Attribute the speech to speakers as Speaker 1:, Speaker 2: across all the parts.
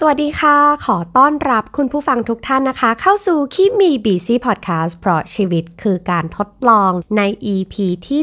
Speaker 1: วัสดีค่ะขอต้อนรับคุณผู้ฟังทุกท่านนะคะเข้าสู่คิมีบีซีพอดแคสต์เพราะชีวิตคือการทดลองใน EP ที่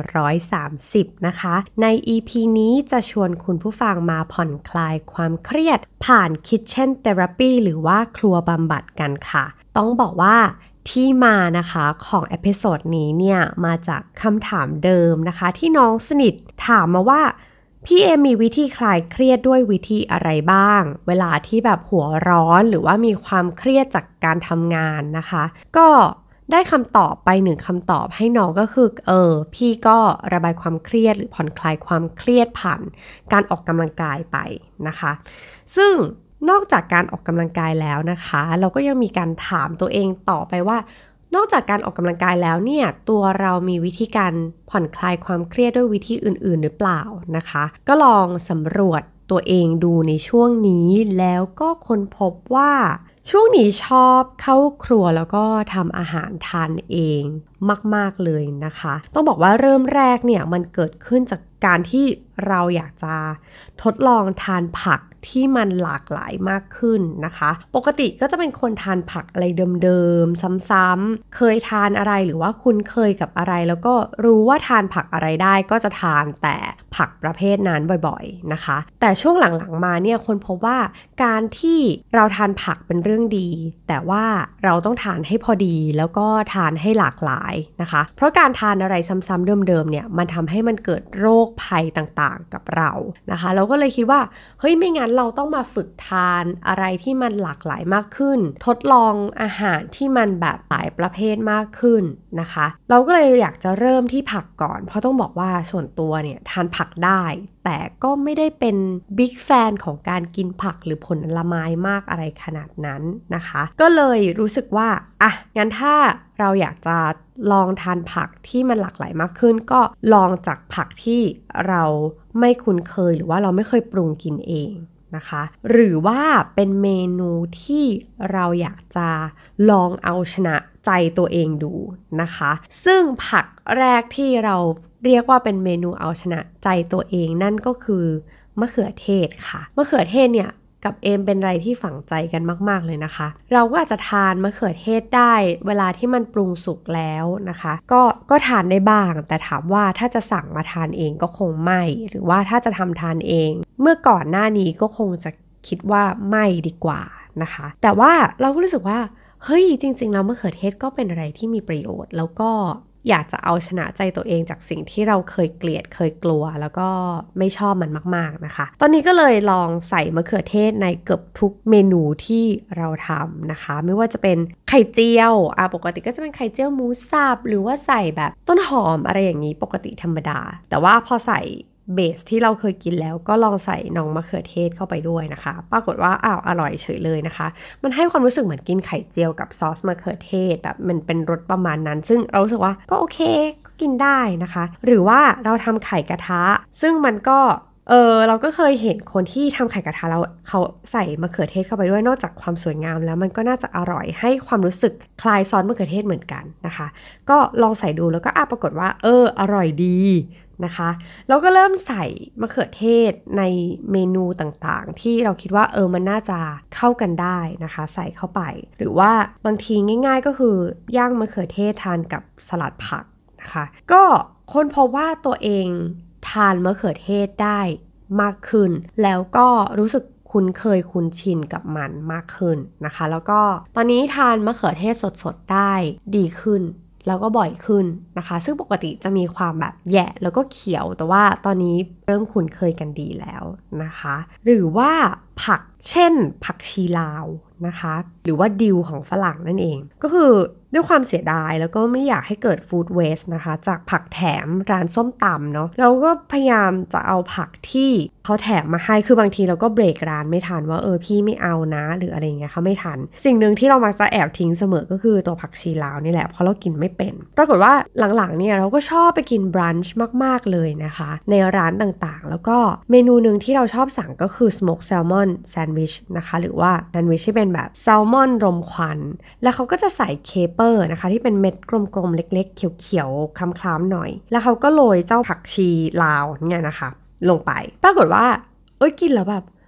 Speaker 1: 130นะคะใน EP นี้จะชวนคุณผู้ฟังมาผ่อนคลายความเครียดผ่าน Kitchen Therapy หรือว่าครัวบำบัดกันค่ะต้องบอกว่าที่มานะคะของเอพิโซดนี้เนี่ยมาจากคำถามเดิมนะคะที่น้องสนิทถามมาว่าพี่เอมีวิธีคลายเครียดด้วยวิธีอะไรบ้างเวลาที่แบบหัวร้อนหรือว่ามีความเครียดจากการทำงานนะคะก็ได้คำตอบไปหนึ่งคำตอบให้น้องก็คือพี่ก็ระบายความเครียดหรือผ่อนคลายความเครียดผ่านการออกกำลังกายไปนะคะซึ่งนอกจากการออกกำลังกายแล้วนะคะเราก็ยังมีการถามตัวเองต่อไปว่านอกจากการออกกำลังกายแล้วเนี่ยตัวเรามีวิธีการผ่อนคลายความเครียดด้วยวิธีอื่นๆหรือเปล่านะคะก็ลองสำรวจตัวเองดูในช่วงนี้แล้วก็ค้นพบว่าช่วงนี้ชอบเข้าครัวแล้วก็ทำอาหารทานเองมากๆเลยนะคะต้องบอกว่าเริ่มแรกเนี่ยมันเกิดขึ้นจากการที่เราอยากจะทดลองทานผักที่มันหลากหลายมากขึ้นนะคะปกติก็จะเป็นคนทานผักอะไรเดิมๆซ้ำๆเคยทานอะไรหรือว่าคุ้นเคยกับอะไรแล้วก็รู้ว่าทานผักอะไรได้ก็จะทานแต่ผักประเภทนั้นบ่อยๆนะคะแต่ช่วงหลังๆมาเนี่ยคนพบว่าการที่เราทานผักเป็นเรื่องดีแต่ว่าเราต้องทานให้พอดีแล้วก็ทานให้หลากหลายนะคะเพราะการทานอะไรซ้ำๆเดิมๆเนี่ยมันทำให้มันเกิดโรคภัยต่างๆกับเรานะคะเราก็เลยคิดว่าเฮ้ยไม่งั้นเราต้องมาฝึกทานอะไรที่มันหลากหลายมากขึ้นทดลองอาหารที่มันแบบหลายประเภทมากขึ้นนะคะเราก็เลยอยากจะเริ่มที่ผักก่อนเพราะต้องบอกว่าส่วนตัวเนี่ยทานผักได้แต่ก็ไม่ได้เป็นบิ๊กแฟนของการกินผักหรือผลไม้มากอะไรขนาดนั้นนะคะก็เลยรู้สึกว่างั้นถ้าเราอยากจะลองทานผักที่มันหลากหลายมากขึ้นก็ลองจากผักที่เราไม่คุ้นเคยหรือว่าเราไม่เคยปรุงกินเองนะคะหรือว่าเป็นเมนูที่เราอยากจะลองเอาชนะใจตัวเองดูนะคะซึ่งผักแรกที่เราเรียกว่าเป็นเมนูเอาชนะใจตัวเองนั่นก็คือมะเขือเทศค่ะมะเขือเทศเนี่ยกับเอมเป็นอะไรที่ฝังใจกันมากๆเลยนะคะเราก็อาจจะทานมะเขือเทศได้เวลาที่มันปรุงสุกแล้วนะคะก็ทานได้บ้างแต่ถามว่าถ้าจะสั่งมาทานเองก็คงไม่หรือว่าถ้าจะทำทานเองเมื่อก่อนหน้านี้ก็คงจะคิดว่าไม่ดีกว่านะคะแต่ว่าเราก็รู้สึกว่าเฮ้ยจริงๆแล้วมะเขือเทศก็เป็นอะไรที่มีประโยชน์แล้วก็อยากจะเอาชนะใจตัวเองจากสิ่งที่เราเคยเกลียดเคยกลัวแล้วก็ไม่ชอบมันมากๆนะคะตอนนี้ก็เลยลองใส่มะเขือเทศในเกือบทุกเมนูที่เราทำนะคะไม่ว่าจะเป็นไข่เจียวปกติก็จะเป็นไข่เจียวหมูสับหรือว่าใส่แบบต้นหอมอะไรอย่างนี้ปกติธรรมดาแต่ว่าพอใส่เบสที่เราเคยกินแล้วก็ลองใส่น้องมะเขือเทศเข้าไปด้วยนะคะปรากฏว่าอร่อยเฉยเลยนะคะมันให้ความรู้สึกเหมือนกินไข่เจียวกับซอสมะเขือเทศแบบมันเป็นรสประมาณนั้นซึ่งเรารู้สึกว่าก็โอเคก็กินได้นะคะหรือว่าเราทำไข่กระทะซึ่งมันก็เราก็เคยเห็นคนที่ทำไข่กระทะแล้วเขาใส่มะเขือเทศเข้าไปด้วยนอกจากความสวยงามแล้วมันก็น่าจะอร่อยให้ความรู้สึกคล้ายซอสมะเขือเทศเหมือนกันนะคะก็ลองใส่ดูแล้วก็ปรากฏว่าอร่อยดีนะคะเราก็เริ่มใส่มะเขือเทศในเมนูต่างๆที่เราคิดว่ามันน่าจะเข้ากันได้นะคะใส่เข้าไปหรือว่าบางทีง่ายๆก็คือย่างมะเขือเทศทานกับสลัดผักนะคะก็ค้นพบว่าตัวเองทานมะเขือเทศได้มากขึ้นแล้วก็รู้สึกคุ้นเคยคุ้นชินกับมันมากขึ้นนะคะแล้วก็ตอนนี้ทานมะเขือเทศสดๆได้ดีขึ้นแล้วก็บ่อยขึ้นนะคะซึ่งปกติจะมีความแบบแย่แล้วก็เขียวแต่ว่าตอนนี้เริ่มคุ้นเคยกันดีแล้วนะคะหรือว่าผักเช่นผักชีลาวนะคะหรือว่าดิวของฝรั่งนั่นเองก็คือด้วยความเสียดายแล้วก็ไม่อยากให้เกิดฟู้ดเวสต์นะคะจากผักแถมร้านส้มตำเนาะเราก็พยายามจะเอาผักที่เขาแถมมาให้คือบางทีเราก็เบรกร้านไม่ทันว่าพี่ไม่เอานะหรืออะไรเงี้ยเขาไม่ทันสิ่งหนึ่งที่เรามักจะแอบทิ้งเสมอก็คือตัวผักชีลาวนี่แหละเพราะเรากินไม่เป็นปรากฏว่าหลังๆเนี่ยเราก็ชอบไปกินบรันช์มากๆเลยนะคะในร้านต่างๆแล้วก็เมนูนึงที่เราชอบสั่งก็คือ smoked salmon sandwich นะคะหรือว่าแซนด์วิชที่เป็นแบบแซลมอนรมควันแล้วเขาก็จะใส่เคเปอร์นะคะที่เป็นเม็ดกลมๆเล็กๆเขียวๆคล้ำๆหน่อยแล้วเขาก็โรยเจ้าผักชีลาวเนี่ยนะคะลงไปปรากฏว่ากินแล้วแบบ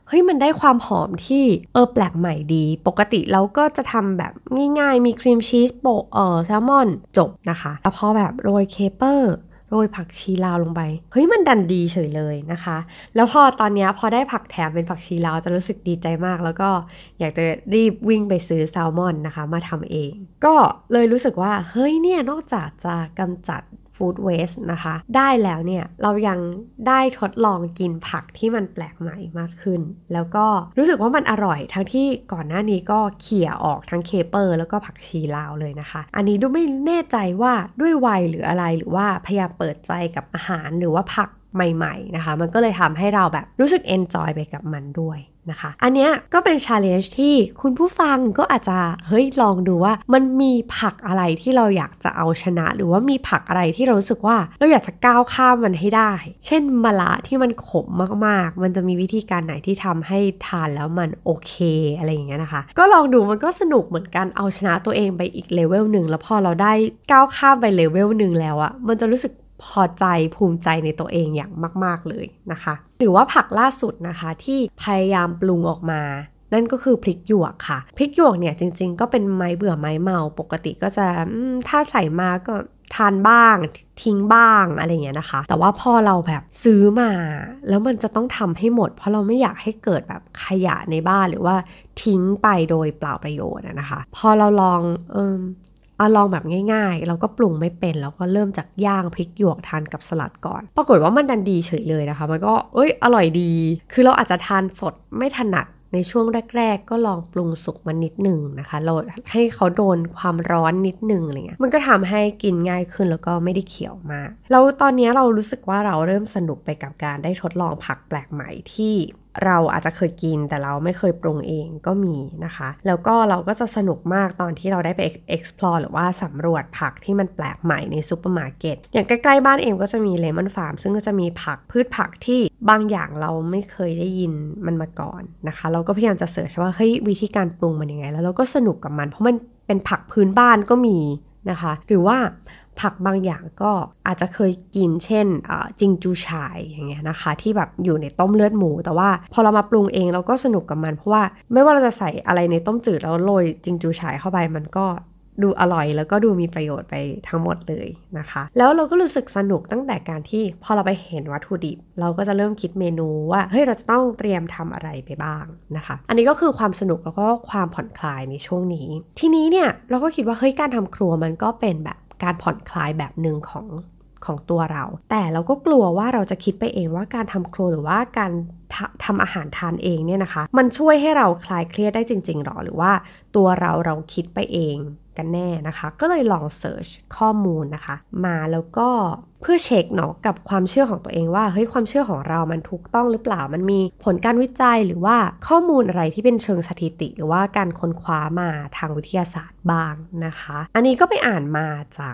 Speaker 1: เฮ้ยมันได้ความหอมที่แปลกใหม่ดีปกติเราก็จะทำแบบง่ายๆมีครีมชีสโปะแซลมอนจบนะคะแต่พอแบบโรยเคเปอร์โรยผักชีลาวลงไปเฮ้ยมันดันดีเฉยเลยนะคะแล้วพอตอนนี้พอได้ผักแถมเป็นผักชีลาวจะรู้สึกดีใจมากแล้วก็อยากจะรีบวิ่งไปซื้อแซลมอนนะคะมาทำเองก็เลยรู้สึกว่าเฮ้ยเนี่ยนอกจากจะกำจัดฟู้ดเวสต์นะคะได้แล้วเนี่ยเรายังได้ทดลองกินผักที่มันแปลกใหม่มากขึ้นแล้วก็รู้สึกว่ามันอร่อยทั้งที่ก่อนหน้านี้ก็เขี่ยออกทั้งเคเปอร์แล้วก็ผักชีลาวเลยนะคะอันนี้ดูไม่แน่ใจว่าด้วยวัยหรืออะไรหรือว่าพยายามเปิดใจกับอาหารหรือว่าผักใหม่ๆนะคะมันก็เลยทำให้เราแบบรู้สึกเอนจอยไปกับมันด้วยนะคะอันเนี้ยก็เป็น challenge ที่คุณผู้ฟังก็อาจจะลองดูว่ามันมีผักอะไรที่เราอยากจะเอาชนะหรือว่ามีผักอะไรที่เรารู้สึกว่าเราอยากจะก้าวข้ามมันให้ได้เช่นมะระที่มันขมมากๆมันจะมีวิธีการไหนที่ทำให้ทานแล้วมันโอเคอะไรอย่างเงี้ยนะคะก็ลองดูมันก็สนุกเหมือนกันเอาชนะตัวเองไปอีกเลเวลนึงแล้วพอเราได้ก้าวข้ามไปเลเวลนึงแล้วอะมันจะรู้สึกพอใจภูมิใจในตัวเองอย่างมากๆเลยนะคะหรือว่าผักล่าสุดนะคะที่พยายามปรุงออกมานั่นก็คือพริกหยวกค่ะพริกหยวกเนี่ยจริงๆก็เป็นไม้เบื่อไม้เมาปกติก็จะถ้าใส่มาก็ทานบ้างทิ้งบ้างอะไรอย่างเงี้ยนะคะแต่ว่าพอเราแบบซื้อมาแล้วมันจะต้องทำให้หมดเพราะเราไม่อยากให้เกิดแบบขยะในบ้านหรือว่าทิ้งไปโดยเปล่าประโยชน์นะคะพอเราลองลองแบบง่ายๆเราก็ปรุงไม่เป็นแล้วก็เริ่มจากย่างพริกหยวกทานกับสลัดก่อนปรากฏว่ามันดันดีเฉยเลยนะคะมันก็อร่อยดีคือเราอาจจะทานสดไม่ถนัดในช่วงแรกๆก็ลองปรุงสุกมันนิดหนึ่งนะคะเราให้เขาโดนความร้อนนิดหนึ่งอะไรเงี้ยมันก็ทำให้กินง่ายขึ้นแล้วก็ไม่ได้เขียวมากแล้วตอนนี้เรารู้สึกว่าเราเริ่มสนุกไปกับการได้ทดลองผักแปลกใหม่ที่เราอาจจะเคยกินแต่เราไม่เคยปรุงเองก็มีนะคะแล้วก็เราก็จะสนุกมากตอนที่เราได้ไป explore หรือว่าสำรวจผักที่มันแปลกใหม่ในซูเปอร์มาร์เก็ตอย่างใกล้ๆบ้านเองก็จะมีเลมอนฟาร์มซึ่งก็จะมีพืชผักที่บางอย่างเราไม่เคยได้ยินมันมาก่อนนะคะเราก็พยายามจะเสิร์ชว่าวิธีการปรุงมันยังไงแล้วเราก็สนุกกับมันเพราะมันเป็นผักพื้นบ้านก็มีนะคะหรือว่าผักบางอย่างก็อาจจะเคยกินเช่นจิงจูฉ่ายอย่างเงี้ยนะคะที่แบบอยู่ในต้มเลือดหมูแต่ว่าพอเรามาปรุงเองเราก็สนุกกับมันเพราะว่าไม่ว่าเราจะใส่อะไรในต้มจืดแล้วโรยจิงจูฉ่ายเข้าไปมันก็ดูอร่อยแล้วก็ดูมีประโยชน์ไปทั้งหมดเลยนะคะแล้วเราก็รู้สึกสนุกตั้งแต่การที่พอเราไปเห็นวัตถุดิบเราก็จะเริ่มคิดเมนูว่าเราจะต้องเตรียมทำอะไรไปบ้างนะคะอันนี้ก็คือความสนุกแล้วก็ความผ่อนคลายในช่วงนี้ทีนี้เนี่ยเราก็คิดว่าการทำครัวมันก็เป็นแบบการผ่อนคลายแบบหนึ่งของตัวเราแต่เราก็กลัวว่าเราจะคิดไปเองว่าการทำครัวหรือว่าการทำอาหารทานเองเนี่ยนะคะมันช่วยให้เราคลายเครียดได้จริงๆหรอหรือว่าตัวเราคิดไปเองกันแน่นะคะก็เลยลองเสิร์ชข้อมูลนะคะมาแล้วก็เพื่อเช็คเนาะกับความเชื่อของตัวเองว่าความเชื่อของเรามันถูกต้องหรือเปล่ามันมีผลการวิจัยหรือว่าข้อมูลอะไรที่เป็นเชิงสถิติหรือว่าการค้นคว้ามาทางวิทยาศาสตร์บ้างนะคะอันนี้ก็ไปอ่านมาจาก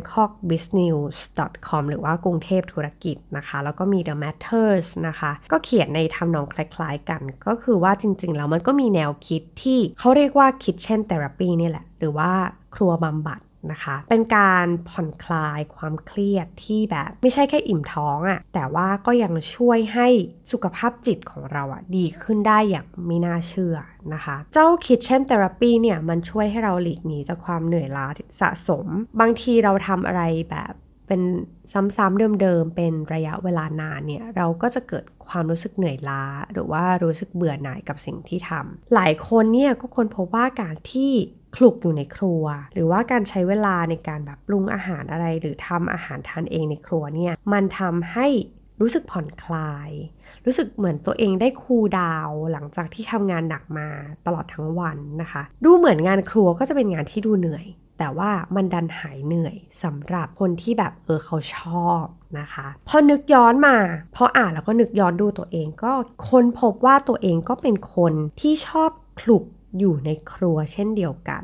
Speaker 1: bangkokbusinessnews.com หรือว่ากรุงเทพธุรกิจนะคะแล้วก็มี The Matters นะคะก็เขียนในทำนองคล้ายๆกันก็คือว่าจริงๆแล้วมันก็มีแนวคิดที่เขาเรียกว่า kitchen therapy นี่แหละหรือว่าครัวบำบัดนะคะเป็นการผ่อนคลายความเครียดที่แบบไม่ใช่แค่อิ่มท้องแต่ว่าก็ยังช่วยให้สุขภาพจิตของเราดีขึ้นได้อย่างไม่น่าเชื่อนะคะเจ้า Kitchen Therapy เนี่ยมันช่วยให้เราหลีกหนีจากความเหนื่อยล้าสะสมบางทีเราทำอะไรแบบเป็นซ้ำๆเดิมๆเป็นระยะเวลานานเนี่ยเราก็จะเกิดความรู้สึกเหนื่อยล้าหรือว่ารู้สึกเบื่อหน่ายกับสิ่งที่ทำหลายคนเนี่ยก็ค้นพบว่าการที่คลุกอยู่ในครัวหรือว่าการใช้เวลาในการแบบปรุงอาหารอะไรหรือทำอาหารทานเองในครัวเนี่ยมันทำให้รู้สึกผ่อนคลายรู้สึกเหมือนตัวเองได้คูลดาวน์หลังจากที่ทำงานหนักมาตลอดทั้งวันนะคะดูเหมือนงานครัวก็จะเป็นงานที่ดูเหนื่อยแต่ว่ามันดันหายเหนื่อยสำหรับคนที่แบบเขาชอบนะคะพอนึกย้อนมาพออ่านแล้วก็นึกย้อนดูตัวเองก็ค้นพบว่าตัวเองก็เป็นคนที่ชอบคลุกอยู่ในครัวเช่นเดียวกัน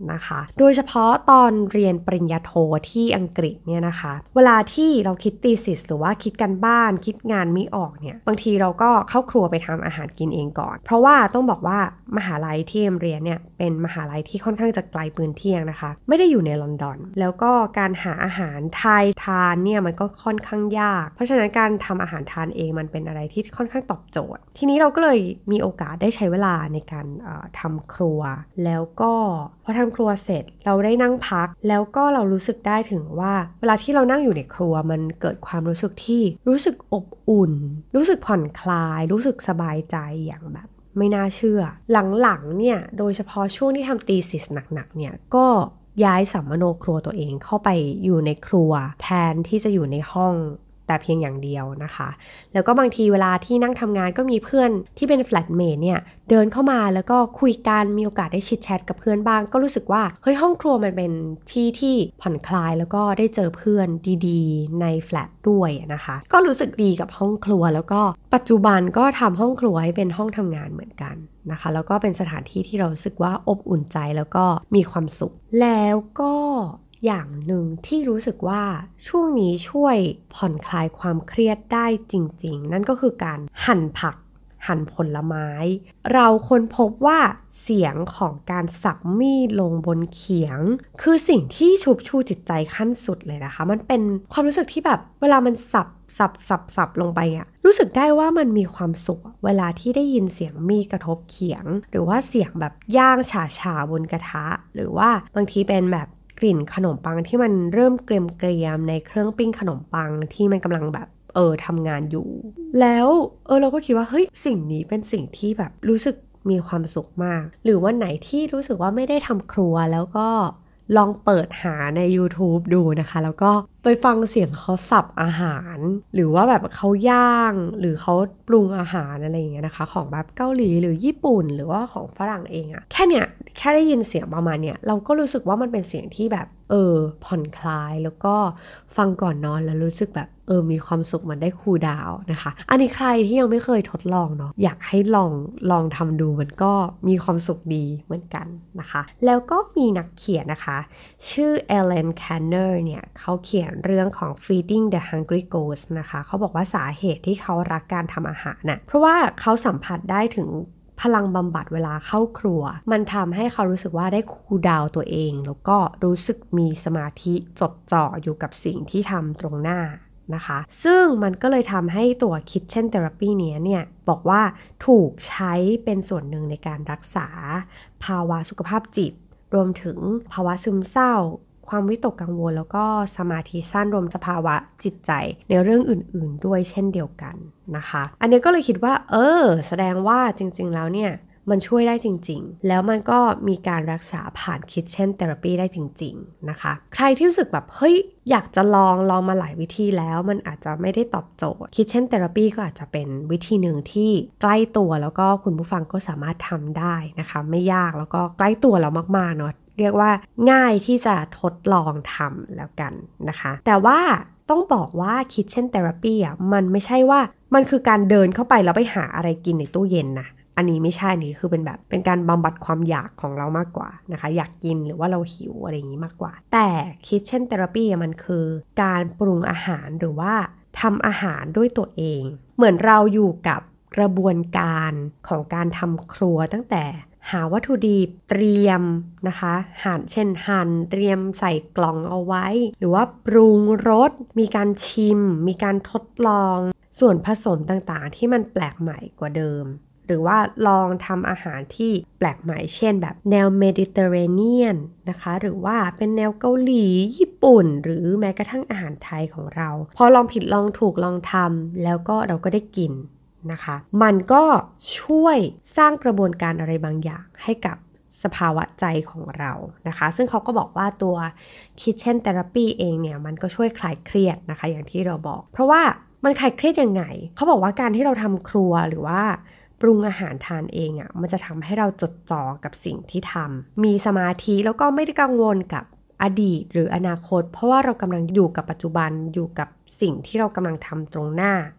Speaker 1: นะคะโดยเฉพาะตอนเรียนปริญญาโทที่อังกฤษเนี่ยนะคะเวลาที่เราคิด thesis หรือว่าคิดการบ้านคิดงานไม่ออกเนี่ยบางทีเราก็เข้าครัวไปทำอาหารกินเองก่อนเพราะว่าต้องบอกว่ามหาลัยที่เรียนเนี่ยเป็นมหาลัยที่ค่อนข้างจะไกลพื้นที่นะคะไม่ได้อยู่ในลอนดอนแล้วก็การหาอาหารไทยทานเนี่ยมันก็ค่อนข้างยากเพราะฉะนั้นการทำอาหารทานเองมันเป็นอะไรที่ค่อนข้างตอบโจทย์ทีนี้เราก็เลยมีโอกาสได้ใช้เวลาในการทำครัวแล้วก็พอทำครัวเสร็จเราได้นั่งพักแล้วก็เรารู้สึกได้ถึงว่าเวลาที่เรานั่งอยู่ในครัวมันเกิดความรู้สึกที่รู้สึกอบอุ่นรู้สึกผ่อนคลายรู้สึกสบายใจอย่างแบบไม่น่าเชื่อหลังๆเนี่ยโดยเฉพาะช่วงที่ทำตีสิสหนักๆเนี่ยก็ย้ายสัมมโนครัวตัวเองเข้าไปอยู่ในครัวแทนที่จะอยู่ในห้องแต่เพียงอย่างเดียวนะคะแล้วก็บางทีเวลาที่นั่งทำงานก็มีเพื่อนที่เป็นแฟลตเมทเนี่ยเดินเข้ามาแล้วก็คุยกันมีโอกาสได้ชิดแชทกับเพื่อนบ้างก็รู้สึกว่าเฮ้ยห้องครัวมันเป็นที่ผ่อนคลายแล้วก็ได้เจอเพื่อนดีๆในแฟลตด้วยนะคะก็รู้สึกดีกับห้องครัวแล้วก็ปัจจุบันก็ทำห้องครัวให้เป็นห้องทำงานเหมือนกันนะคะแล้วก็เป็นสถานที่ที่เรารู้สึกว่าอบอุ่นใจแล้วก็มีความสุขแล้วก็อย่างหนึ่งที่รู้สึกว่าช่วงนี้ช่วยผ่อนคลายความเครียดได้จริงๆนั่นก็คือการหั่นผักหั่นผลไม้เราค้นพบว่าเสียงของการสับมีดลงบนเขียงคือสิ่งที่ชุบชูจิตใจขั้นสุดเลยนะคะมันเป็นความรู้สึกที่แบบเวลามันสับลงไปอะรู้สึกได้ว่ามันมีความสุขเวลาที่ได้ยินเสียงมีดกระทบเขียงหรือว่าเสียงแบบย่างฉาบนกระทะหรือว่าบางทีเป็นแบบกลิ่นขนมปังที่มันเริ่มเกรียมในเครื่องปิ้งขนมปังที่มันกำลังแบบทำงานอยู่แล้วเราก็คิดว่าเฮ้ยสิ่งนี้เป็นสิ่งที่แบบรู้สึกมีความสุขมากหรือวันไหนที่รู้สึกว่าไม่ได้ทำครัวแล้วก็ลองเปิดหาใน YouTube ดูนะคะแล้วก็ไปฟังเสียงเขาสับอาหารหรือว่าแบบเขาย่างหรือเขาปรุงอาหารอะไรอย่างเงี้ยนะคะของแบบเกาหลีหรือญี่ปุ่นหรือว่าของฝรั่งเองอะแค่ได้ยินเสียงประมาณเนี้ยเราก็รู้สึกว่ามันเป็นเสียงที่แบบผ่อนคลายแล้วก็ฟังก่อนนอนแล้วรู้สึกแบบมีความสุขมันได้คูลดาวน์นะคะอันนี้ใครที่ยังไม่เคยทดลองเนาะอยากให้ลองทำดูมันก็มีความสุขดีเหมือนกันนะคะแล้วก็มีนักเขียนนะคะชื่อเอเลน แคนเนอร์เนี่ยเขาเขียนเรื่องของ Feeding the Hungry Ghost นะคะเขาบอกว่าสาเหตุที่เขารักการทำอาหารน่ะเพราะว่าเขาสัมผัสได้ถึงพลังบำบัดเวลาเข้าครัวมันทำให้เขารู้สึกว่าได้คูลดาวน์ตัวเองแล้วก็รู้สึกมีสมาธิจดจ่ออยู่กับสิ่งที่ทำตรงหน้านะคะซึ่งมันก็เลยทำให้ตัว Kitchen Therapy เนี่ยบอกว่าถูกใช้เป็นส่วนหนึ่งในการรักษาภาวะสุขภาพจิตรวมถึงภาวะซึมเศร้าความวิตกกังวลแล้วก็สมาธิสั้นรวมสภาวะจิตใจในเรื่องอื่นๆด้วยเช่นเดียวกันนะคะอันนี้ก็เลยคิดว่าแสดงว่าจริงๆแล้วเนี่ยมันช่วยได้จริงๆแล้วมันก็มีการรักษาผ่าน Kitchen Therapy ได้จริงๆนะคะใครที่รู้สึกแบบเฮ้ยอยากจะลองมาหลายวิธีแล้วมันอาจจะไม่ได้ตอบโจทย์ Kitchen Therapy ก็อาจจะเป็นวิธีหนึ่งที่ใกล้ตัวแล้วก็คุณผู้ฟังก็สามารถทำได้นะคะไม่ยากแล้วก็ใกล้ตัวเรามากๆเนาะเรียกว่าง่ายที่จะทดลองทำแล้วกันนะคะแต่ว่าต้องบอกว่า Kitchen Therapy มันไม่ใช่ว่ามันคือการเดินเข้าไปแล้วไปหาอะไรกินในตู้เย็นนะอันนี้ไม่ใช่นี่คือเป็นการบำบัดความอยากของเรามากกว่านะคะอยากกินหรือว่าเราหิวอะไรอย่างนี้มากกว่าแต่ Kitchen Therapy มันคือการปรุงอาหารหรือว่าทำอาหารด้วยตัวเองเหมือนเราอยู่กับกระบวนการของการทำครัวตั้งแต่หาวัตถุดิบเตรียมนะคะหั่นเตรียมใส่กล่องเอาไว้หรือว่าปรุงรสมีการชิมมีการทดลองส่วนผสมต่างๆที่มันแปลกใหม่กว่าเดิมหรือว่าลองทำอาหารที่แปลกใหม่เช่นแบบแนวเมดิเตอร์เรเนียนนะคะหรือว่าเป็นแนวเกาหลีญี่ปุ่นหรือแม้กระทั่งอาหารไทยของเราพอลองผิดลองถูกลองทำแล้วก็เราก็ได้กินนะคะมันก็ช่วยสร้างกระบวนการอะไรบางอย่างให้กับสภาวะใจของเรานะคะซึ่งเขาก็บอกว่าตัว Kitchen Therapy เองเนี่ยมันก็ช่วยคลายเครียดนะคะอย่างที่เราบอกเพราะว่ามันคลายเครียดยังไงเขาบอกว่าการที่เราทำครัวหรือว่าปรุงอาหารทานเองมันจะทำให้เราจดจ่อกับสิ่งที่ทำมีสมาธิแล้วก็ไม่ได้กังวลกับอดีตหรืออนาคตเพราะว่าเรากำลังอยู่กับปัจจุบันอยู่กับสิ่งที่เรากำลังทำตรงหน้า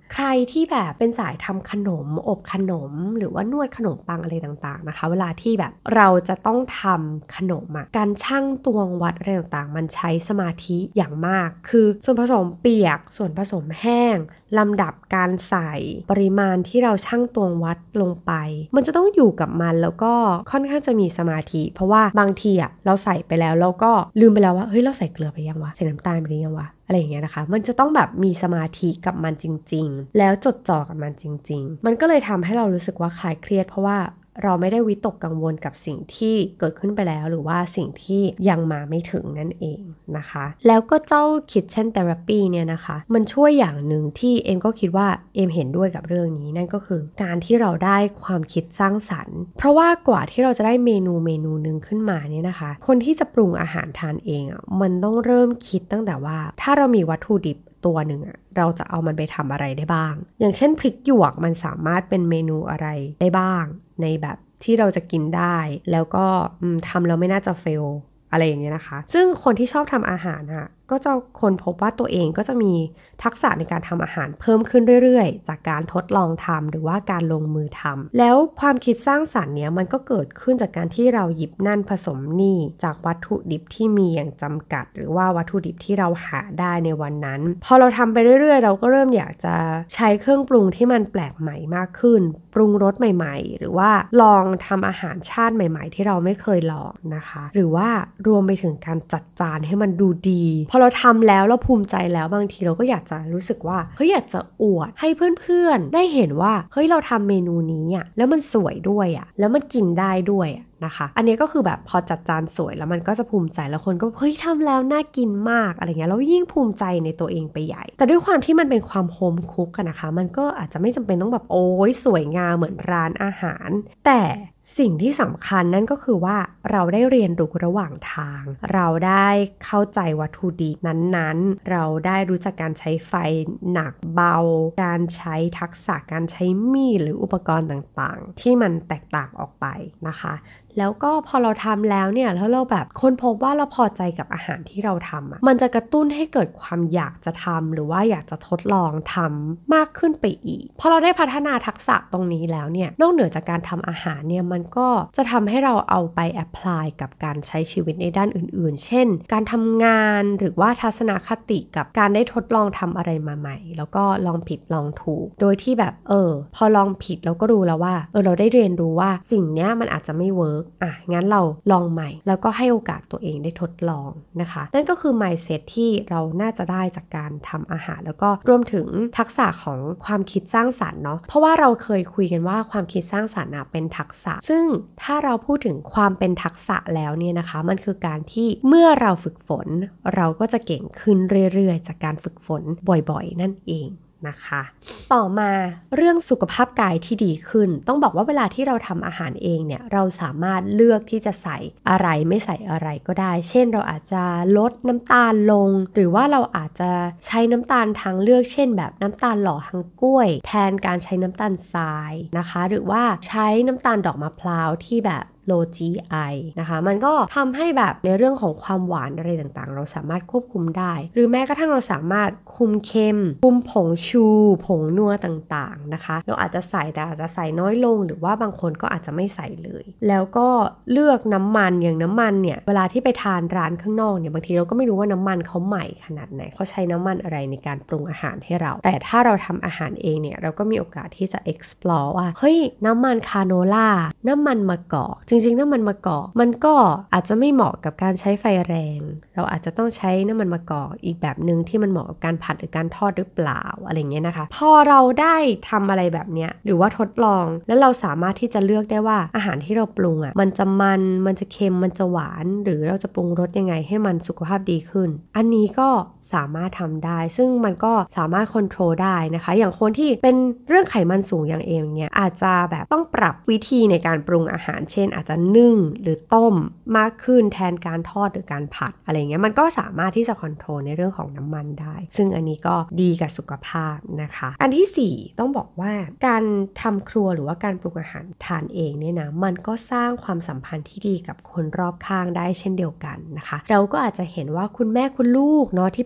Speaker 1: ใครที่แบบเป็นสายทำขนมอบขนมหรือว่านวดขนมปังอะไรต่างๆนะคะเวลาที่แบบเราจะต้องทำขนมการชั่งตวงวัดอะไรต่างๆมันใช้สมาธิอย่างมากคือส่วนผสมเปียกส่วนผสมแห้งลำดับการใส่ปริมาณที่เราชั่งตวงวัดลงไปมันจะต้องอยู่กับมันแล้วก็ค่อนข้างจะมีสมาธิเพราะว่าบางทีเราใส่ไปแล้วเราก็ลืมไปแล้วว่าเฮ้ยเราใส่เกลือไปยังวะใส่น้ำตาลไปหรือยังวะอะไรอย่างเงี้ยนะคะมันจะต้องแบบมีสมาธิกับมันจริงๆแล้วจดจ่อกับมันจริงๆมันก็เลยทำให้เรารู้สึกว่าคลายเครียดเพราะว่าเราไม่ได้วิตกกังวลกับสิ่งที่เกิดขึ้นไปแล้วหรือว่าสิ่งที่ยังมาไม่ถึงนั่นเองนะคะแล้วก็เจ้า Kitchen Therapy เนี่ยนะคะมันช่วยอย่างหนึ่งที่เอมก็คิดว่าเอมเห็นด้วยกับเรื่องนี้นั่นก็คือการที่เราได้ความคิดสร้างสรรค์เพราะว่ากว่าที่เราจะได้เมนูนึงขึ้นมาเนี่ยนะคะคนที่จะปรุงอาหารทานเองมันต้องเริ่มคิดตั้งแต่ว่าถ้าเรามีวัตถุดิบตัวหนึ่งเราจะเอามันไปทำอะไรได้บ้างอย่างเช่นพริกหยวกมันสามารถเป็นเมนูอะไรได้บ้างในแบบที่เราจะกินได้แล้วก็ทำแล้วไม่น่าจะเฟลอะไรอย่างเงี้ยนะคะซึ่งคนที่ชอบทำอาหารก็จะค้นพบว่าตัวเองก็จะมีทักษะในการทำอาหารเพิ่มขึ้นเรื่อยๆจากการทดลองทำหรือว่าการลงมือทำแล้วความคิดสร้างสรรค์เนี้ยมันก็เกิดขึ้นจากการที่เราหยิบนั่นผสมนี่จากวัตถุดิบที่มีอย่างจำกัดหรือว่าวัตถุดิบที่เราหาได้ในวันนั้นพอเราทำไปเรื่อยๆเราก็เริ่มอยากจะใช้เครื่องปรุงที่มันแปลกใหม่มากขึ้นปรุงรสใหม่ๆหรือว่าลองทำอาหารชาติใหม่ๆที่เราไม่เคยลองนะคะหรือว่ารวมไปถึงการจัดจานให้มันดูดีพอเราทำแล้วเราภูมิใจแล้วบางทีเราก็อยากจะรู้สึกว่าเฮ้ยอยากจะอวดให้เพื่อนๆได้เห็นว่าเฮ้ยเราทำเมนูนี้แล้วมันสวยด้วยแล้วมันกินได้ด้วยนะคะอันนี้ก็คือแบบพอจัดจานสวยแล้วมันก็จะภูมิใจแล้วคนก็เฮ้ยทำแล้วน่ากินมากอะไรเงี้ยแล้วยิ่งภูมิใจในตัวเองไปใหญ่แต่ด้วยความที่มันเป็นความโฮมคุกกันนะคะมันก็อาจจะไม่จำเป็นต้องแบบโอ้ยสวยงามเหมือนร้านอาหารแต่สิ่งที่สำคัญนั่นก็คือว่าเราได้เรียนรู้ระหว่างทางเราได้เข้าใจวัตถุดิบนั้นๆเราได้รู้จักการใช้ไฟหนักเบาการใช้ทักษะการใช้มีดหรืออุปกรณ์ต่างๆที่มันแตกต่างออกไปนะคะแล้วก็พอเราทำแล้วเนี่ยแล้วเราแบบค้นพบว่าเราพอใจกับอาหารที่เราทำมันจะกระตุ้นให้เกิดความอยากจะทำหรือว่าอยากจะทดลองทำมากขึ้นไปอีกพอเราได้พัฒนาทักษะตรงนี้แล้วเนี่ยนอกเหนือจากการทำอาหารเนี่ยมันก็จะทำให้เราเอาไปแอพพลายกับการใช้ชีวิตในด้านอื่นๆเช่นการทำงานหรือว่าทัศนคติกับการได้ทดลองทำอะไรมาใหม่แล้วก็ลองผิดลองถูกโดยที่แบบพอลองผิดเราก็รู้แล้วว่าเราได้เรียนรู้ว่าสิ่งเนี้ยมันอาจจะไม่เวิร์กงั้นเราลองใหม่แล้วก็ให้โอกาสตัวเองได้ทดลองนะคะนั่นก็คือ mindset ที่เราน่าจะได้จากการทำอาหารแล้วก็รวมถึงทักษะของความคิดสร้างสรรค์เนาะเพราะว่าเราเคยคุยกันว่าความคิดสร้างสรรค์เป็นทักษะซึ่งถ้าเราพูดถึงความเป็นทักษะแล้วเนี่ยนะคะมันคือการที่เมื่อเราฝึกฝนเราก็จะเก่งขึ้นเรื่อยๆจากการฝึกฝนบ่อยๆนั่นเองนะคะต่อมาเรื่องสุขภาพกายที่ดีขึ้นต้องบอกว่าเวลาที่เราทำอาหารเองเนี่ยเราสามารถเลือกที่จะใส่อะไรไม่ใส่อะไรก็ได้เช่นเราอาจจะลดน้ำตาลลงหรือว่าเราอาจจะใช้น้ำตาลทางเลือกเช่นแบบน้ำตาลหล่อฮังก้วยแทนการใช้น้ำตาลทรายนะคะหรือว่าใช้น้ำตาลดอกมะพร้าวที่แบบlow GI นะคะมันก็ทำให้แบบในเรื่องของความหวานอะไรต่างๆเราสามารถควบคุมได้หรือแม้กระทั่งเราสามารถคุมเค็มคุมผงชูผงนัวต่างๆนะคะเราอาจจะใส่แต่อาจจะใส่น้อยลงหรือว่าบางคนก็อาจจะไม่ใส่เลยแล้วก็เลือกน้ำมันอย่างน้ำมันเนี่ยเวลาที่ไปทานร้านข้างนอกเนี่ยบางทีเราก็ไม่รู้ว่าน้ำมันเขาใหม่ขนาดไหนเขาใช้น้ำมันอะไรในการปรุงอาหารให้เราแต่ถ้าเราทำอาหารเองเนี่ยเราก็มีโอกาสที่จะ explore ว่าเฮ้ยน้ำมันคาโนล่าน้ำมันมะกอกจริงๆน้ำมันมะกอกมันก็อาจจะไม่เหมาะกับการใช้ไฟแรงเราอาจจะต้องใช้น้ำมันมะกอกอีกแบบนึงที่มันเหมาะกับการผัดหรือการทอดหรือเปล่าอะไรเงี้ยนะคะพอเราได้ทำอะไรแบบเนี้ยหรือว่าทดลองแล้วเราสามารถที่จะเลือกได้ว่าอาหารที่เราปรุงมันจะมันจะเค็มมันจะหวานหรือเราจะปรุงรสยังไงให้มันสุขภาพดีขึ้นอันนี้ก็สามารถทำได้ซึ่งมันก็สามารถควบคุมได้นะคะอย่างคนที่เป็นเรื่องไขมันสูงอย่างเองเนี่ยอาจจะแบบต้องปรับวิธีในการปรุงอาหารเช่นอาจจะนึ่งหรือต้มมากขึ้นแทนการทอดหรือการผัดอะไรเงี้ยมันก็สามารถที่จะควบคุมในเรื่องของน้ำมันได้ซึ่งอันนี้ก็ดีกับสุขภาพนะคะอันที่4ต้องบอกว่าการทำครัวหรือว่าการปรุงอาหารทานเองเนี่ยนะมันก็สร้างความสัมพันธ์ที่ดีกับคนรอบข้างได้เช่นเดียวกันนะคะเราก็อาจจะเห็นว่าคุณแม่คุณลูกเนาะที่เป็น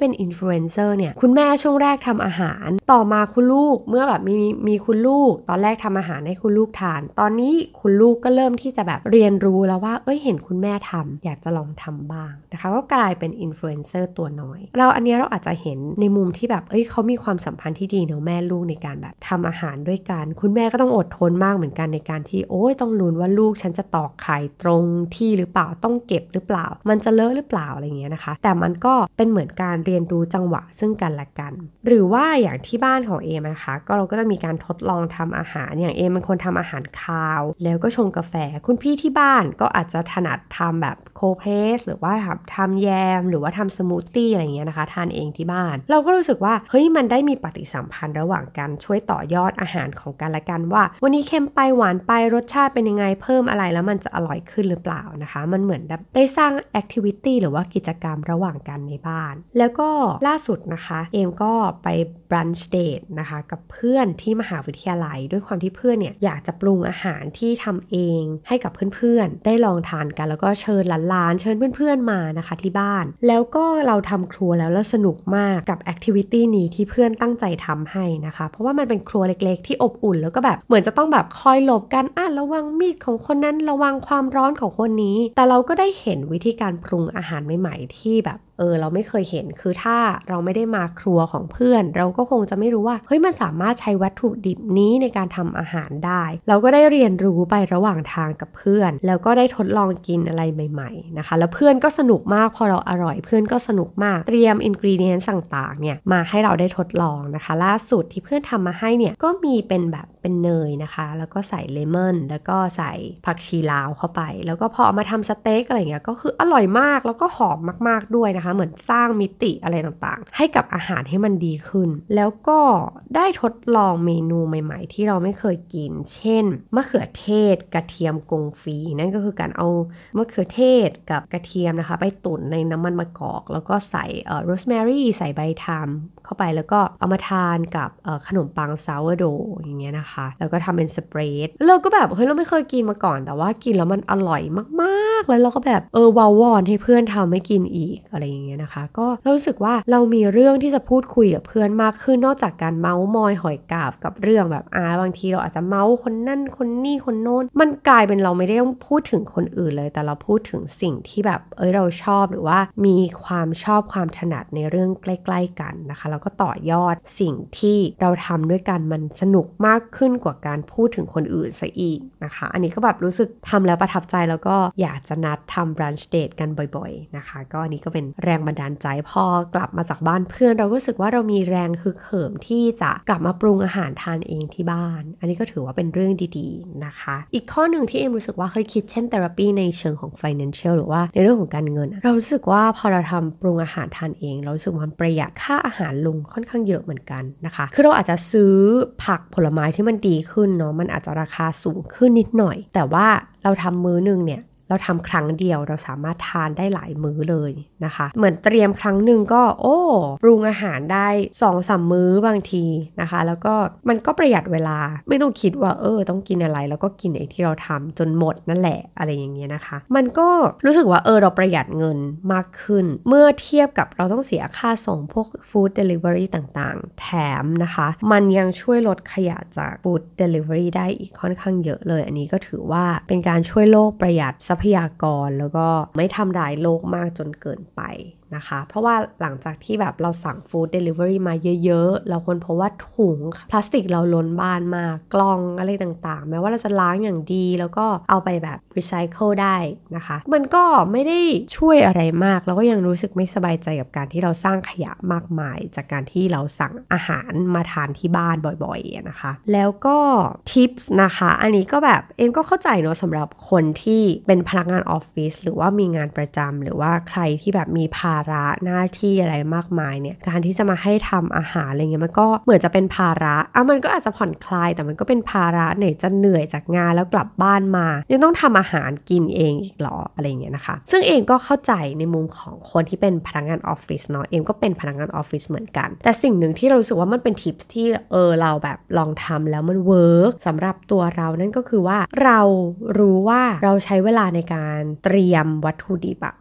Speaker 1: เป็นอินฟลูเอนเซอร์เนี่ยคุณแม่ช่วงแรกทำอาหารต่อมาคุณลูกเมื่อแบบมีคุณลูกตอนแรกทำอาหารให้คุณลูกทานตอนนี้คุณลูกก็เริ่มที่จะแบบเรียนรู้แล้วว่าเห็นคุณแม่ทำอยากจะลองทำบ้างนะคะก็กลายเป็นอินฟลูเอนเซอร์ตัวน้อยอันนี้เราอาจจะเห็นในมุมที่แบบเขามีความสัมพันธ์ที่ดีเนาะแม่ลูกในการแบบทำอาหารด้วยกันคุณแม่ก็ต้องอดทนมากเหมือนกันในการที่ต้องลุ้นว่าลูกฉันจะตอกไข่ตรงที่หรือเปล่าต้องเก็บหรือเปล่ามันจะเลอะหรือเปล่าอะไรเงี้ยนะคะแต่มันก็เป็นเหมือนการเรียนรู้จังหวะซึ่งกันและกันหรือว่าอย่างที่บ้านของเอมนะคะเราก็จะมีการทดลองทำอาหารอย่างเอมเป็นคนทำอาหารคาวแล้วก็ชงกาแฟคุณพี่ที่บ้านก็อาจจะถนัดทำแบบโคเพรสหรือว่าทำแยมหรือว่าทำสมูทตี้อะไรเงี้ยนะคะทานเองที่บ้านเราก็รู้สึกว่ามันได้มีปฏิสัมพันธ์ระหว่างกันช่วยต่อยอดอาหารของกันและกันว่าวันนี้เค็มไปหวานไปรสชาติเป็นยังไงเพิ่มอะไรแล้วมันจะอร่อยขึ้นหรือเปล่านะคะมันเหมือนได้สร้างแอคทิวิตี้หรือว่ากิจกรรมระหว่างกันในบ้านแล้วก็ล่าสุดนะคะเอมก็ไปบรันช์เดทนะคะกับเพื่อนที่มหาวิทยาลัยด้วยความที่เพื่อนเนี่ยอยากจะปรุงอาหารที่ทำเองให้กับเพื่อนๆได้ลองทานกันแล้วก็เชิญหลานๆเชิญเพื่อนๆมานะคะที่บ้านแล้วก็เราทำครัวแล้วสนุกมากกับแอคทิวิตี้นี้ที่เพื่อนตั้งใจทำให้นะคะเพราะว่ามันเป็นครัวเล็กๆที่อบอุ่นแล้วก็แบบเหมือนจะต้องแบบคอยหลบกันระวังมีดของคนนั้นระวังความร้อนของคนนี้แต่เราก็ได้เห็นวิธีการปรุงอาหารใหม่ๆที่แบบเราไม่เคยเห็นคือถ้าเราไม่ได้มาครัวของเพื่อนเราก็คงจะไม่รู้ว่ามันสามารถใช้วัตถุดิบนี้ในการทำอาหารได้เราก็ได้เรียนรู้ไประหว่างทางกับเพื่อนแล้วก็ได้ทดลองกินอะไรใหม่ๆนะคะแล้วเพื่อนก็สนุกมากพอเราอร่อยเพื่อนก็สนุกมากเตรียมอินกรีเดียนต่างๆเนี่ยมาให้เราได้ทดลองนะคะล่าสุดที่เพื่อนทำมาให้เนี่ยก็มีเป็นแบบเป็นเนยนะคะแล้วก็ใส่เลมอนแล้วก็ใส่ผักชีลาวเข้าไปแล้วก็พอเอามาทำสเต็กอะไรเงี้ยก็คืออร่อยมากแล้วก็หอมมากๆด้วยนะคะเหมือนสร้างมิติอะไรต่างๆให้กับอาหารให้มันดีขึ้นแล้วก็ได้ทดลองเมนูใหม่ๆที่เราไม่เคยกินเช่นมะเขือเทศกระเทียมกงฟีนั่นก็คือการเอามะเขือเทศกับกระเทียมนะคะไปตุ๋นในน้ำมันมะกอกแล้วก็ใส่โรสแมรี่ใส่ใบไทม์เข้าไปแล้วก็เอามาทานกับขนมปังซาวโดอย่างเงี้ยนะคะแล้วก็ทำเป็นสเปรดเราก็แบบเราไม่เคยกินมาก่อนแต่ว่ากินแล้วมันอร่อยมากๆแล้วเราก็แบบวาวอนให้เพื่อนทำให้กินอีกอะไรอย่างเงี้ยนะคะก็รู้สึกว่าเรามีเรื่องที่จะพูดคุยกับเพื่อนมากขึ้นนอกจากการเมาส์มอยหอยกาบกับเรื่องแบบบางทีเราอาจจะเมาส์คนนั่นคนนี่คนโน้นมันกลายเป็นเราไม่ได้ต้องพูดถึงคนอื่นเลยแต่เราพูดถึงสิ่งที่แบบเราชอบหรือว่ามีความชอบความถนัดในเรื่องใกล้ๆกันนะคะแล้วก็ต่อยอดสิ่งที่เราทำด้วยกันมันสนุกมากขึ้นกว่าการพูดถึงคนอื่นซะอีกนะคะอันนี้ก็แบบรู้สึกทำแล้วประทับใจแล้วก็อยากจะนัดทำ brunch date กันบ่อยๆนะคะก็อันนี้ก็เป็นแรงบันดาลใจพอกลับมาจากบ้านเพื่อนเราก็รู้สึกว่าเรามีแรงฮึกเหิมที่จะกลับมาปรุงอาหารทานเองที่บ้านอันนี้ก็ถือว่าเป็นเรื่องดีๆนะคะอีกข้อหนึ่งที่เอ็มรู้สึกว่าเคยคิดเช่น therapy ในเชิงของ financial หรือว่าในเรื่องของการเงินเรารู้สึกว่าพอเราทำปรุงอาหารทานเองเรารู้สึกมันประหยัดค่าอาหารลงค่อนข้างเยอะเหมือนกันนะคะคือเราอาจจะซื้อผักผลไม้ที่มันดีขึ้นเนาะมันอาจจะราคาสูงขึ้นนิดหน่อยแต่ว่าเราทำมื้อนึงเนี่ยเราทำครั้งเดียวเราสามารถทานได้หลายมื้อเลยนะคะเหมือนเตรียมครั้งหนึ่งก็ปรุงอาหารได้ 2-3 มื้อบางทีนะคะแล้วก็มันก็ประหยัดเวลาไม่ต้องคิดว่าต้องกินอะไรแล้วก็กินไอ้ที่เราทำจนหมดนั่นแหละอะไรอย่างเงี้ยนะคะมันก็รู้สึกว่าเราประหยัดเงินมากขึ้นเมื่อเทียบกับเราต้องเสียค่าส่งพวก food delivery ต่างๆแถมนะคะมันยังช่วยลดขยะจาก food delivery ได้อีกค่อนข้างเยอะเลยอันนี้ก็ถือว่าเป็นการช่วยโลกประหยัดทรัพยากรแล้วก็ไม่ทำร้ายโลกมากจนเกินไปนะคะเพราะว่าหลังจากที่แบบเราสั่งฟู้ดเดลิเวอรี่มาเยอะๆเราค้นพบว่าถุงพลาสติกเราล้นบ้านมากกล่องอะไรต่างๆแม้ว่าเราจะล้างอย่างดีแล้วก็เอาไปแบบรีไซเคิลได้นะคะมันก็ไม่ได้ช่วยอะไรมากแล้วก็ยังรู้สึกไม่สบายใจกับการที่เราสร้างขยะมากมายจากการที่เราสั่งอาหารมาทานที่บ้านบ่อยๆนะคะแล้วก็ทิปส์นะคะอันนี้ก็แบบเอ็มก็เข้าใจเนาะสำหรับคนที่เป็นพนักงานออฟฟิศหรือว่ามีงานประจำหรือว่าใครที่แบบมีภาระหน้าที่อะไรมากมายเนี่ยการที่จะมาให้ทำอาหารอะไรเงี้ยมันก็เหมือนจะเป็นภาระมันก็อาจจะผ่อนคลายแต่มันก็เป็นภาระไหนจะเหนื่อยจากงานแล้วกลับบ้านมายังต้องทำอาหารกินเองอีกหรออะไรเงี้ยนะคะซึ่งเองก็เข้าใจในมุมของคนที่เป็นพนักงานออฟฟิศเนาะเองก็เป็นพนักงานออฟฟิศเหมือนกันแต่สิ่งหนึ่งที่เรารู้สึกว่ามันเป็นทิปที่เราแบบลองทำแล้วมันเวิร์กสำหรับตัวเรานั่นก็คือว่าเรารู้ว่าเราใช้เวลาในการเตรียมวัตถุดิบ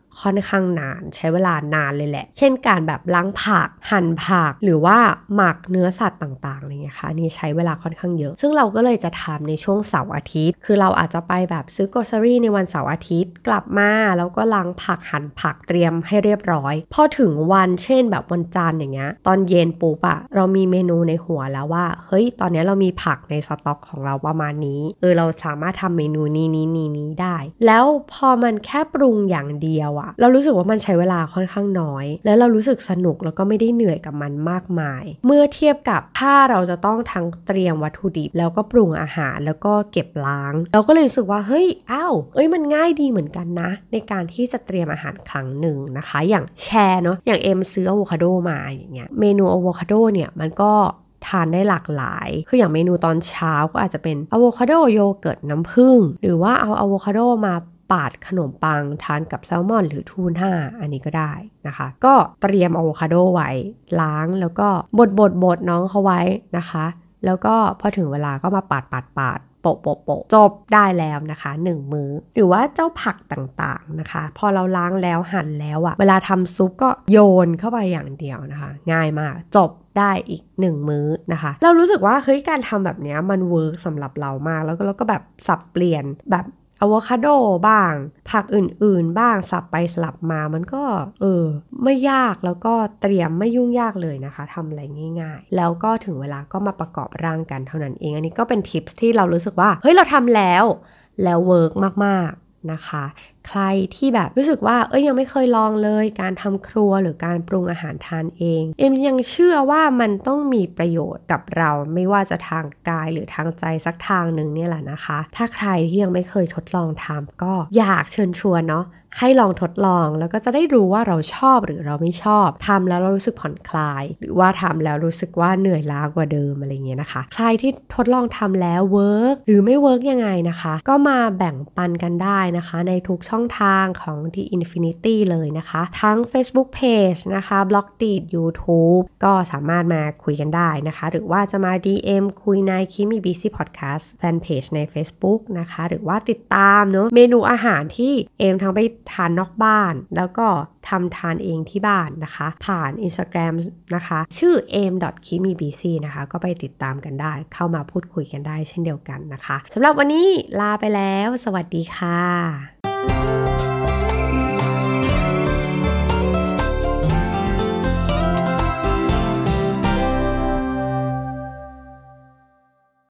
Speaker 1: ค่อนข้างนานใช้เวลานานเลยแหละเช่นการแบบล้างผักหั่นผักหรือว่าหมักเนื้อสัตว์ต่างๆอะไรเงี้ยค่ะนี่ใช้เวลาค่อนข้างเยอะซึ่งเราก็เลยจะทำในช่วงเสาร์อาทิตย์คือเราอาจจะไปแบบซื้อโกซารี่ในวันเสาร์อาทิตย์กลับมาแล้วก็ล้างผักหั่นผักเตรียมให้เรียบร้อยพอถึงวันเช่นแบบวันจันทร์อย่างเงี้ยตอนเย็นปุ๊บอะเรามีเมนูในหัวแล้วว่าเฮ้ยตอนนี้เรามีผักในสต็อกของเราประมาณนี้เราสามารถทำเมนูนี้ได้แล้วพอมันแค่ปรุงอย่างเดียวอะเรารู้สึกว่ามันใช้เวลาค่อนข้างน้อยและเรารู้สึกสนุกแล้วก็ไม่ได้เหนื่อยกับมันมากมายเมื่อเทียบกับถ้าเราจะต้องทั้งเตรียมวัตถุดิบแล้วก็ปรุงอาหารแล้วก็เก็บล้างเราก็เลยรู้สึกว่าเฮ้ยมันง่ายดีเหมือนกันนะในการที่จะเตรียมอาหารครั้งหนึ่งนะคะอย่างแชร์เนาะอย่างซื้ออะโวคาโดมาอย่างเงี้ยเมนูอะโวคาโดเนี่ยมันก็ทานได้หลากหลายคืออย่างเมนูตอนเช้าก็อาจจะเป็นอะโวคาโดโยเกิร์ตน้ำผึ้งหรือว่าเอาอะโวคาโดมาปาดขนมปังทานกับแซลมอนหรือทูน่าอันนี้ก็ได้นะคะก็เตรียมอะโวคาโดไว้ล้างแล้วก็บดน้องเขาไว้นะคะแล้วก็พอถึงเวลาก็มาปาดโปะจบได้แล้วนะคะ1มื้อหรือว่าเจ้าผักต่างๆนะคะพอเราล้างแล้วหั่นแล้วอะเวลาทำซุปก็โยนเข้าไปอย่างเดียวนะคะง่ายมากจบได้อีก1มื้อนะคะเรารู้สึกว่าเฮ้ยการทำแบบนี้มันเวิร์กสำหรับเรามากแล้วก็แบบสับเปลี่ยนแบบอะโวคาโดบ้างผักอื่นๆบ้างสับไปสลับมามันก็ไม่ยากแล้วก็เตรียมไม่ยุ่งยากเลยนะคะทำอะไรง่ายๆแล้วก็ถึงเวลาก็มาประกอบร่างกันเท่านั้นเองอันนี้ก็เป็นทิปที่เรารู้สึกว่าเฮ้ยเราทำแล้วเวิร์กมากๆนะคะใครที่แบบรู้สึกว่ายังไม่เคยลองเลยการทำครัวหรือการปรุงอาหารทานเองยังเชื่อว่ามันต้องมีประโยชน์กับเราไม่ว่าจะทางกายหรือทางใจสักทางหนึ่งเนี่ยแหละนะคะถ้าใครที่ยังไม่เคยทดลองทำก็อยากเชิญชวนเนาะให้ลองทดลองแล้วก็จะได้รู้ว่าเราชอบหรือเราไม่ชอบทำแล้วเรารู้สึกผ่อนคลายหรือว่าทำแล้วรู้สึกว่าเหนื่อยล้ากว่าเดิมอะไรเงี้ยนะคะใครที่ทดลองทำแล้วเวิร์กหรือไม่เวิร์กยังไงนะคะก็มาแบ่งปันกันได้นะคะในทุกช่องทางของ The Infinity เลยนะคะทั้ง Facebook Page นะคะ Blogdit YouTube ก็สามารถมาคุยกันได้นะคะหรือว่าจะมา DM คุยใน Kimi BC Podcast Fanpage ใน Facebook นะคะหรือว่าติดตามเนาะเมนูอาหารที่ทั้งไปทานนอกบ้านแล้วก็ทำทานเองที่บ้านนะคะผ่าน Instagram นะคะชื่อ aim.kimibc นะคะก็ไปติดตามกันได้เข้ามาพูดคุยกันได้เช่นเดียวกันนะคะสำหรับวันนี้ลาไปแล้วสวัสดีค่ะ